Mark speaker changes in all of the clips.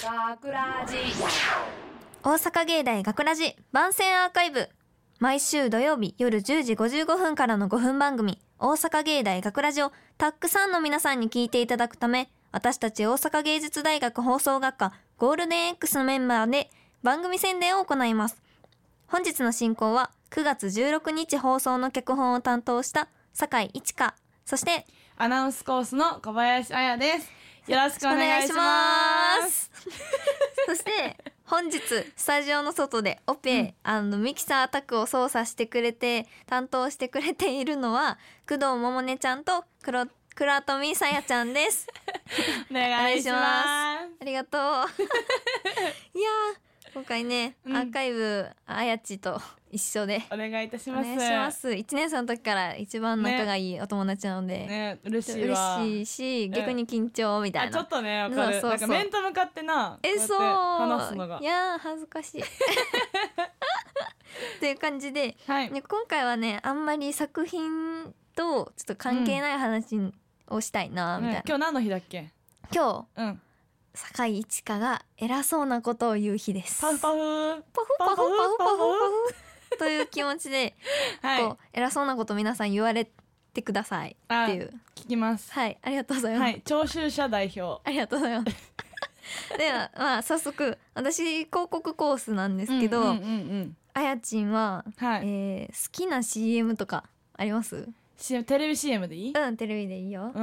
Speaker 1: 学ラジ
Speaker 2: 大阪芸大学ラジ番宣アーカイブ、毎週土曜日夜10時55分からの5分番組大阪芸大学ラジをたくさんの皆さんに聞いていただくため、私たち大阪芸術大学放送学科ゴールデン X のメンバーで番組宣伝を行います。本日の進行は9月16日放送の脚本を担当した酒井一花、そして
Speaker 1: アナウンスコースの小林彩です。よろしくお願いします。
Speaker 2: そして本日スタジオの外でオペ、ミキサータクを操作してくれて担当してくれているのは工藤百音ちゃんと倉富さやちゃんです。
Speaker 1: お願いします。
Speaker 2: ありがとう。いやー、今回ね、アーカイブあやちと一緒で
Speaker 1: お願いいたし
Speaker 2: お
Speaker 1: ます。
Speaker 2: 願いします。1年生の時から一番仲がいいお友達なので、
Speaker 1: ね、嬉しいわ。
Speaker 2: 嬉しいし、逆に緊張みたいな。
Speaker 1: ちょっとね、わかる。
Speaker 2: そう
Speaker 1: なんか面と向かってな、
Speaker 2: そう
Speaker 1: こやって話すのが
Speaker 2: いやー恥ずかしいっていう感じで、
Speaker 1: はい
Speaker 2: ね、今回はねあんまり作品とちょっと関係ない話をしたいなみたいな、
Speaker 1: 今日何の日だっけ？
Speaker 2: 今日
Speaker 1: うん。
Speaker 2: 酒井一花が偉そうなことを言う日です。
Speaker 1: パフパフ
Speaker 2: パフパフパフパフパフという気持ちで、
Speaker 1: はい。
Speaker 2: こう偉そうなこと皆さん言われてくださいっていう。
Speaker 1: 聞きます。
Speaker 2: はい、ありがとうございます、
Speaker 1: はい。聴衆者代表。
Speaker 2: ありがとうございますではまあ早速、私広告コースなんですけど、
Speaker 1: うんうんうんうん
Speaker 2: あやちんは、
Speaker 1: はい。
Speaker 2: 好きな CM とかあります？
Speaker 1: テレビ CM でいい？
Speaker 2: うん、テレビでいいよ。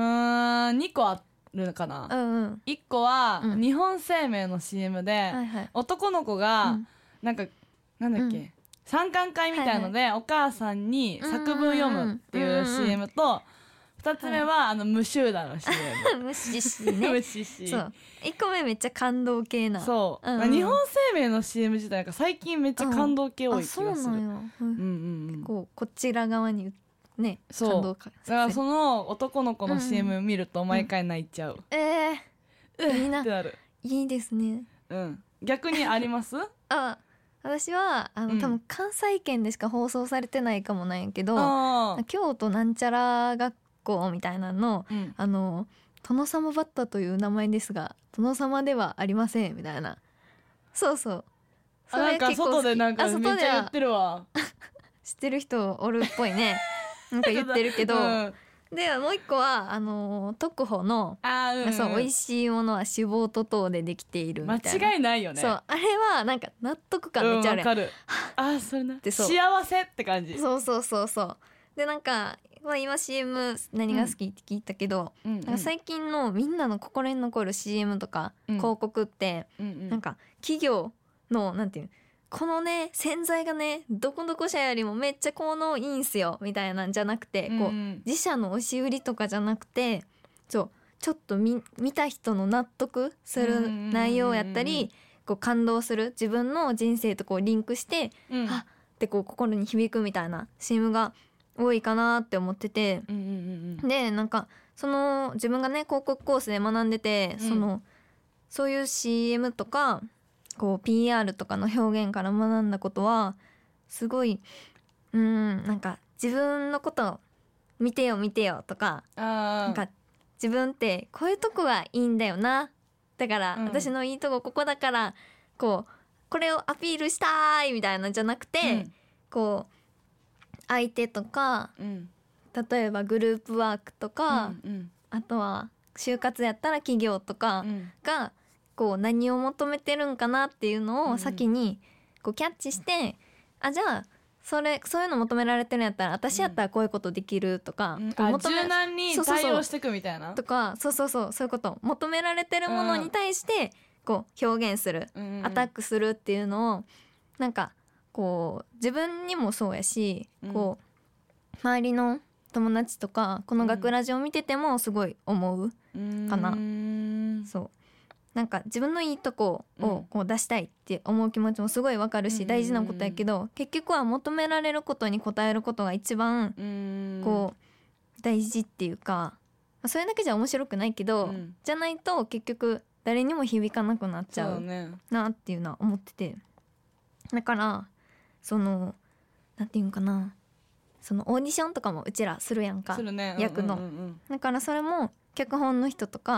Speaker 1: 2個あるかな。
Speaker 2: うんうん、
Speaker 1: 1個は
Speaker 2: うん
Speaker 1: 日本生命の CM で、
Speaker 2: はいはい、
Speaker 1: 男の子
Speaker 2: う
Speaker 1: が
Speaker 2: ん
Speaker 1: なんかなんだっけ、
Speaker 2: うん
Speaker 1: 参観会みたいのでお母さんに作文読むっていう CM と、2つ目は無集団の CM
Speaker 2: 無視しね
Speaker 1: 無視し
Speaker 2: そう、1個目めっちゃ感動系な。
Speaker 1: そう、
Speaker 2: うんうん、
Speaker 1: 日本生命の CM 自体なんか最近めっちゃ感動系多い気がする、
Speaker 2: あ、そうなんや、
Speaker 1: うんうんうん、
Speaker 2: こちら側にね
Speaker 1: そう
Speaker 2: 感動か
Speaker 1: だからその男の子の CM 見ると毎回泣いちゃう、
Speaker 2: いいな、
Speaker 1: ってなる。
Speaker 2: いいですね。
Speaker 1: 逆にあります
Speaker 2: 私は多分関西圏でしか放送されてないかもなんやけど、京都なんちゃら学校みたいなの、殿様バッタという名前ですが殿様ではありませんみたいな、そうそうそ
Speaker 1: なんか外でなんかめっちゃ言ってるわ
Speaker 2: 知ってる人おるっぽいねなんか言ってるけど、でもう一個は特保のそう美味しいものは脂肪と糖でできているみたいな、
Speaker 1: 間違いないよね。
Speaker 2: そうあれはなんか納得感めっちゃあるやん、
Speaker 1: わかる。それな
Speaker 2: でそう
Speaker 1: 幸せって感じ。
Speaker 2: そうでなんか、今 CM 何が好きって聞いたけど、なんか最近のみんなの心に残る CM とか、広告って、なんか企業のなんていうこのね洗剤がねどこどこ社よりもめっちゃ効能いいんすよみたいなんじゃなくて、こう自社の押し売りとかじゃなくて、そうちょっと見た人の納得する内容やったり、こう感動する自分の人生とこうリンクして、あってこう心に響くみたいな CM が多いかなって思ってて、でなんかその自分がね広告コースで学んでて、そういう CM とかこう PR とかの表現から学んだことはすごいなんか自分のこと見てよとか、なんか自分ってこういうとこがいいんだよな、だから、私のいいとこここだからこれをアピールしたいみたいなんじゃなくて、こう相手とか、例えばグループワークとか、あとは就活やったら企業とかがこう何を求めてるんかなっていうのを先にこうキャッチして、じゃあそういうの求められてるんやったら私やったらこういうことできるとか、
Speaker 1: 柔軟に対応していくみたいな
Speaker 2: とか、そういうこと求められてるものに対してこう表現する、アタックするっていうのをなんかこう自分にもそうやし、こう周りの友達とかこの学ラジオ見ててもすごい思うかな、そうなんか自分のいいとこをこう出したいって思う気持ちもすごいわかるし、大事なことやけど、結局は求められることに応えることが一番こう大事っていうか、それだけじゃ面白くないけど、じゃないと結局誰にも響かなくなっちゃうなっていうのは思ってて、だからなんていうんかな、そのオーディションとかもうちらするやんか、役の、だからそれも脚本の人とか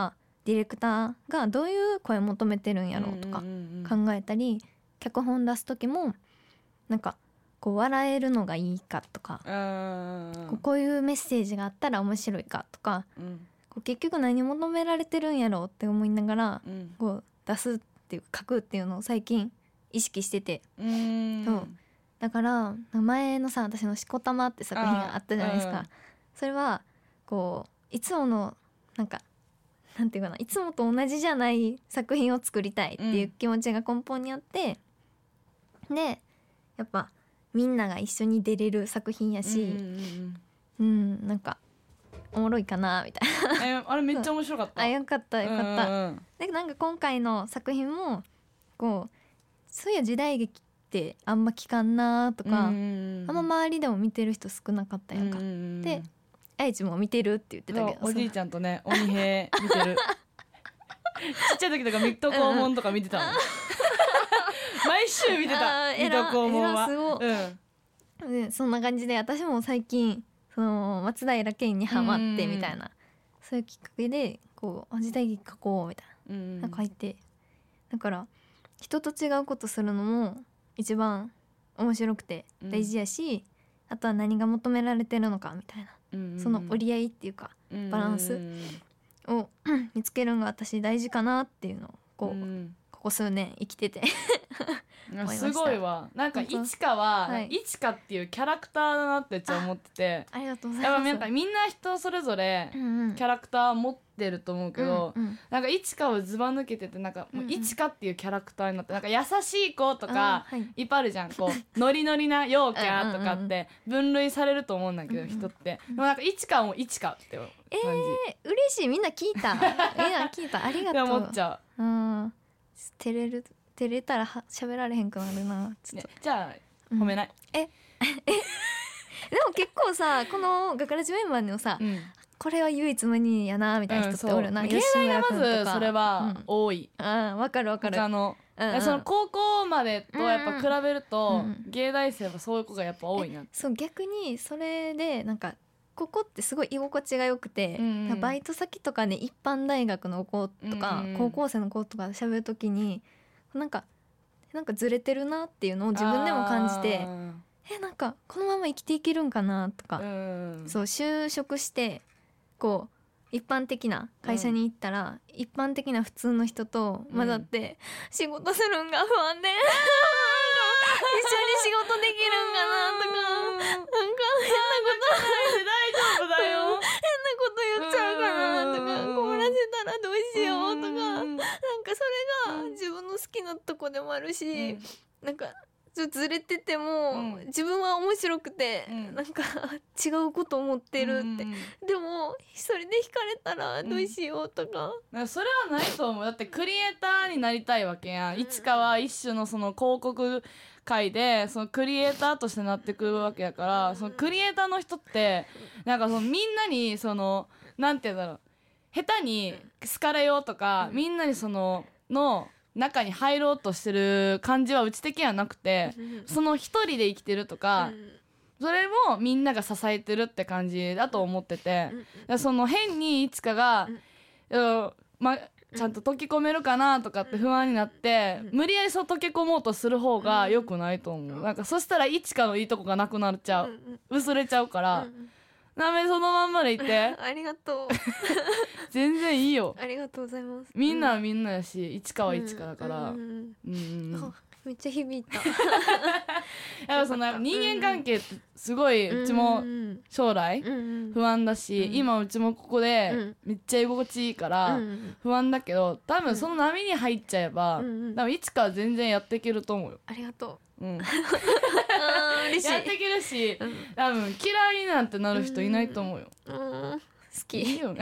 Speaker 2: ディレクターがどういう声求めてるんやろうとか考えたり、脚本出す時もなんかこう笑えるのがいいかとか、こういうメッセージがあったら面白いかとか、こう結局何求められてるんやろうって思いながら、こう出すっていう書くっていうのを最近意識してて、そうだから前のさ私の「しこたま」って作品があったじゃないですか。それはこういつものなんかなんていうかな、いつもと同じじゃない作品を作りたいっていう気持ちが根本にあって、でやっぱみんなが一緒に出れる作品やし、なんかおもろいかなみたいな
Speaker 1: あれめっちゃ面白かった。
Speaker 2: よかったよかった、でなんか今回の作品もこうそういう時代劇ってあんま聞かんなとか、あんま周りでも見てる人少なかったやんか、で愛知も見てるって言ってたけど、
Speaker 1: おじいちゃんとね鬼平見てるちっちゃい時とか水戸黄門とか見てたもん毎週見てた水戸黄門は。
Speaker 2: すごい、でそんな感じで私も最近その松平健にハマってみたいな、そういうきっかけでこう時代劇書こうみたいな、書いて、だから人と違うことするのも一番面白くて大事やし、あとは何が求められてるのかみたいな、その折り合いっていうかバランスを見つけるのが私大事かなっていうのをここ数年生きてて
Speaker 1: すごいわ。なんかいちかはいちかっていうキャラクターだなって思ってて、
Speaker 2: ありがとうございます。
Speaker 1: やっぱみんな人それぞれキャラクター持ってると思うけど、なんかいちかをずば抜けてて、なんかもういちかっていうキャラクターになって、なんか優しい子とかいっぱいあるじゃん、こうノリノリな陽キャとかって分類されると思うんだけど、人ってでもなんかいちかもいちかって感じ。
Speaker 2: 嬉しい、みんな聞いたみんな聞いた、ありがとう。
Speaker 1: 思っちゃう。
Speaker 2: 照れたら喋られへんくなるな。
Speaker 1: ちょっと、じゃあ褒めない。
Speaker 2: でも結構さ、このガカラジメンバーにもさ、これは唯一無二やなみたいな人っておるな。
Speaker 1: 芸大がまずそれは多い。
Speaker 2: わかるわかる。
Speaker 1: その高校までとやっぱ比べると、芸大生はそういう子がやっぱ多いな。
Speaker 2: そう、逆にそれでなんかここってすごい居心地が良くて、バイト先とかで一般大学の子とか、高校生の子とか喋るときになんかずれてるなっていうのを自分でも感じて、なんかこのまま生きていけるんかなとか、そう就職してこう一般的な会社に行ったら、一般的な普通の人と混ざって仕事するんが不安で、一緒に仕事できるんかなとか、なんか
Speaker 1: 大丈夫だよ、
Speaker 2: 変なこと言っちゃうかなとか、困らせたらどうしようとか、なんかそれが自分の好きなとこでもあるし、なんかちょっとずれてても、自分は面白くて、なんか違うこと思ってるって、でもそれで惹かれたらどうしようとか、
Speaker 1: それはないと思う。だってクリエイターになりたいわけやん。いつかは一種のその広告界でそのクリエイターとしてなってくるわけやから、そのクリエイターの人ってなんかそのみんなにそのなんていうんだろう、下手に好かれようとか、みんなにその中に入ろうとしてる感じはうち的にはなくて、その一人で生きてるとか、それもみんなが支えてるって感じだと思ってて、その変にいつかが、ちゃんと溶け込めるかなとかって不安になって、無理やりそう溶け込もうとする方が良くないと思う。なんかそしたらいちかのいいとこがなくなっちゃう、薄れちゃうから、ダメ、そのまんまでいて
Speaker 2: ありがとう
Speaker 1: 全然いいよ。
Speaker 2: ありがとうございます。
Speaker 1: みんなはみんなやし、いちかはいちかだから、
Speaker 2: めっちゃ響いた
Speaker 1: やっぱその人間関係ってすごい、うちも将来不安だし、今うちもここでめっちゃ居心地いいから不安だけど、多分その波に入っちゃえば、多分いつかは全然やっていけると思うよ。
Speaker 2: ありがとう。
Speaker 1: 嬉しい。やっていけるし、多分嫌いになんてなる人いないと思うよ。
Speaker 2: 好き。
Speaker 1: いいよね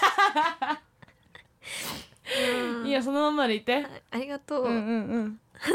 Speaker 1: いや、そのままでいて。
Speaker 2: ありがとう。
Speaker 1: もうびっくりだ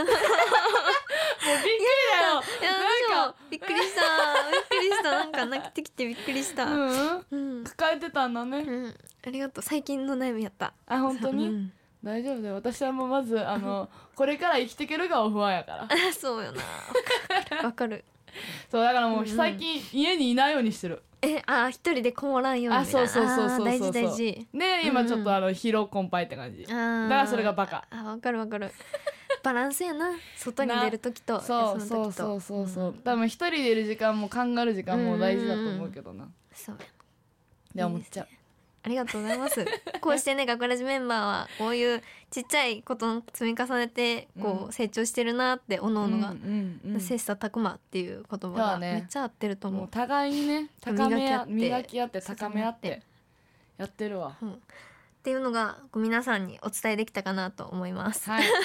Speaker 1: よ。
Speaker 2: なんかびっくりした。なんか泣きてきてびっくりした。
Speaker 1: 抱えてたんだね。
Speaker 2: ありがとう。最近の悩みやった。
Speaker 1: あ、本当に。大丈夫だよ。私はもうまずこれから生きていけるが不安やから
Speaker 2: そうよな。わかる。
Speaker 1: そうだからもう最近家にいないようにしてる。
Speaker 2: 一人でこもらんようにみたいな。
Speaker 1: そう
Speaker 2: 大事大事
Speaker 1: で今ちょっと疲労困憊って感じ、だからそれがバカ。
Speaker 2: わかるわかる。バランスやな、外に出る時と
Speaker 1: そう多分一人でいる時間も考える時間も大事だと思うけどな。
Speaker 2: そう
Speaker 1: で思っちゃう。
Speaker 2: ありがとうございます。こうしてね、学ラジメンバーはこういうちっちゃいことの積み重ねてこう成長してるなっておのおのが、切磋琢磨っていう言葉がめっちゃ合ってると思う。
Speaker 1: 互いにね磨き合って高め合ってやってるわ、
Speaker 2: っていうのが皆さんにお伝えできたかなと思います。
Speaker 1: はい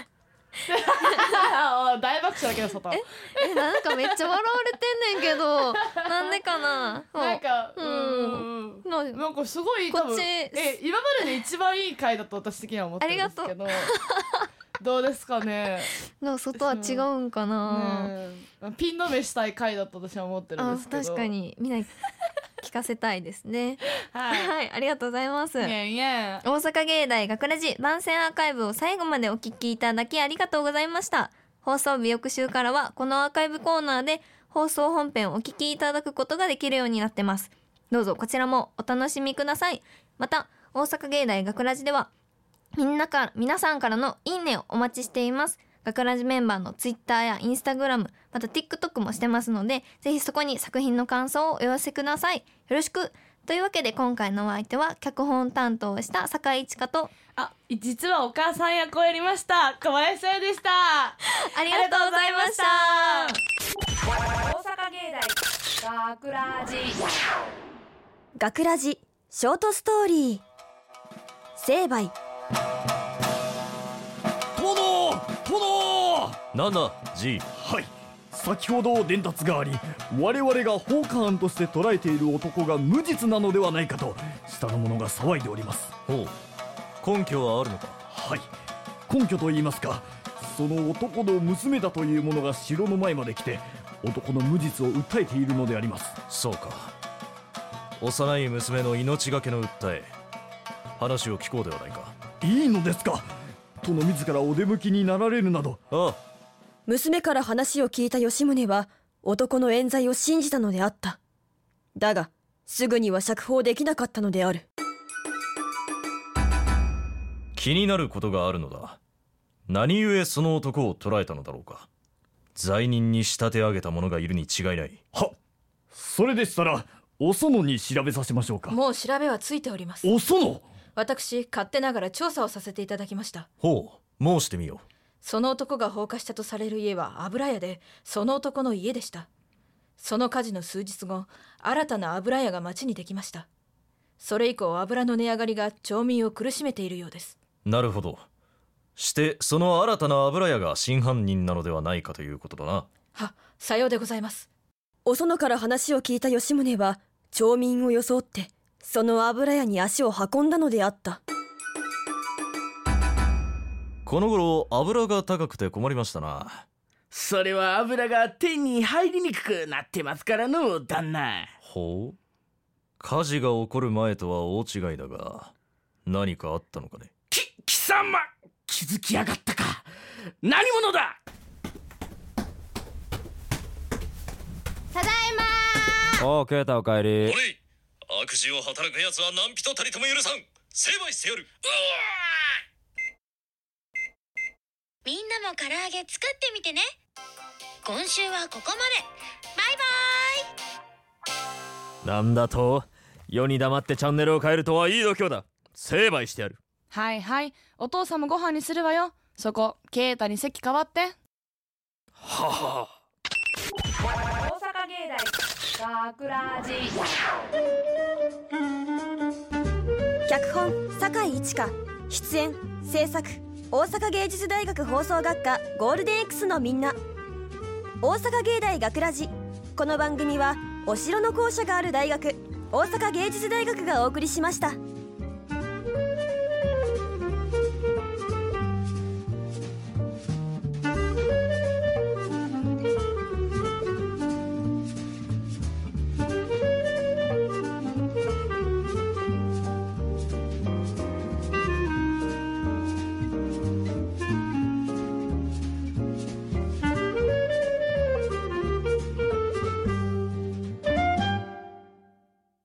Speaker 1: 大爆笑だけど外。
Speaker 2: なんかめっちゃ笑われてんねんけどなんでかな。
Speaker 1: なんかなんかすごい多分今までで一番いい回だと私的には思ってるんですけどどうですかね。
Speaker 2: 外は違うんかな。
Speaker 1: ピン止めしたい回だと私は思ってるんですけど。
Speaker 2: 確かにみんな聞かせたいですね。はい、ありがとうございます。大阪芸大学ラジ番宣アーカイブを最後までお聞きいただきありがとうございました。放送日翌週からはこのアーカイブコーナーで放送本編をお聞きいただくことができるようになってます。どうぞこちらもお楽しみください。また大阪芸大学ラジでは皆さんからのいいねをお待ちしています。学ラジメンバーのツイッターやインスタグラム、また TikTok もしてますので、ぜひそこに作品の感想をお寄せください。よろしく。というわけで今回のお相手は脚本担当した酒井千佳と、
Speaker 1: 実はお母さん役をやりました小林さやでした。
Speaker 2: ありがとうございました。
Speaker 1: 大阪芸大学ラジ
Speaker 3: 学ラジショートストーリー成敗。
Speaker 4: 殿
Speaker 5: なんだ G。
Speaker 4: はい、先ほど伝達があり、我々が放火犯として捉えている男が無実なのではないかと下の者が騒いでおります。
Speaker 5: ほう、根拠はあるのか。
Speaker 4: はい、根拠といいますか、その男の娘だという者が城の前まで来て男の無実を訴えているのであります。
Speaker 5: そうか、幼い娘の命がけの訴え、話を聞こうではないか。
Speaker 4: いいのですか。殿自らお出向きになられるなど。
Speaker 5: ああ、
Speaker 3: 娘から話を聞いた吉宗は男の冤罪を信じたのであった。だがすぐには釈放できなかったのである。
Speaker 5: 気になることがあるのだ。何故その男を捕らえたのだろうか。罪人に仕立て上げた者がいるに違いない。
Speaker 4: は、それでしたらお園に調べさせましょうか。
Speaker 6: もう調べはついております。
Speaker 4: お園？
Speaker 6: 私勝手ながら調査をさせていただきました。
Speaker 5: ほう、申してみよう。
Speaker 6: その男が放火したとされる家は油屋で、その男の家でした。その火事の数日後、新たな油屋が町にできました。それ以降油の値上がりが町民を苦しめているようです。
Speaker 5: なるほど。してその新たな油屋が真犯人なのではないかということだな。
Speaker 6: は、さようでございます。
Speaker 3: お園から話を聞いた吉宗は町民を装ってその油屋に足を運んだのであった。
Speaker 5: この頃油が高くて困りましたな。
Speaker 7: それは油が手に入りにくくなってますからの旦那。
Speaker 5: ほう、火事が起こる前とは大違いだが、何かあったのかね。
Speaker 7: 貴様、気づきやがったか。何者だ。
Speaker 8: ただいま
Speaker 5: おう、ケイタおかえり。
Speaker 9: おれ、悪事を働く奴は何人たりとも許さん。成敗してやる。
Speaker 8: みんなも唐揚げ作ってみてね。今週はここまで。バイバーイ。
Speaker 5: なんだと、世に黙ってチャンネルを変えるとはいい度胸だ。成敗してやる。
Speaker 1: はいはい、お父さんもご飯にするわよ。そこケイタに席変わって。
Speaker 4: はは。
Speaker 1: 大阪芸大学ラジ。
Speaker 3: 脚本酒井一華、出演制作大阪芸術大学放送学科ゴールデン X のみんな。大阪芸大学ラジ、この番組はお城の校舎がある大学大阪芸術大学がお送りしました。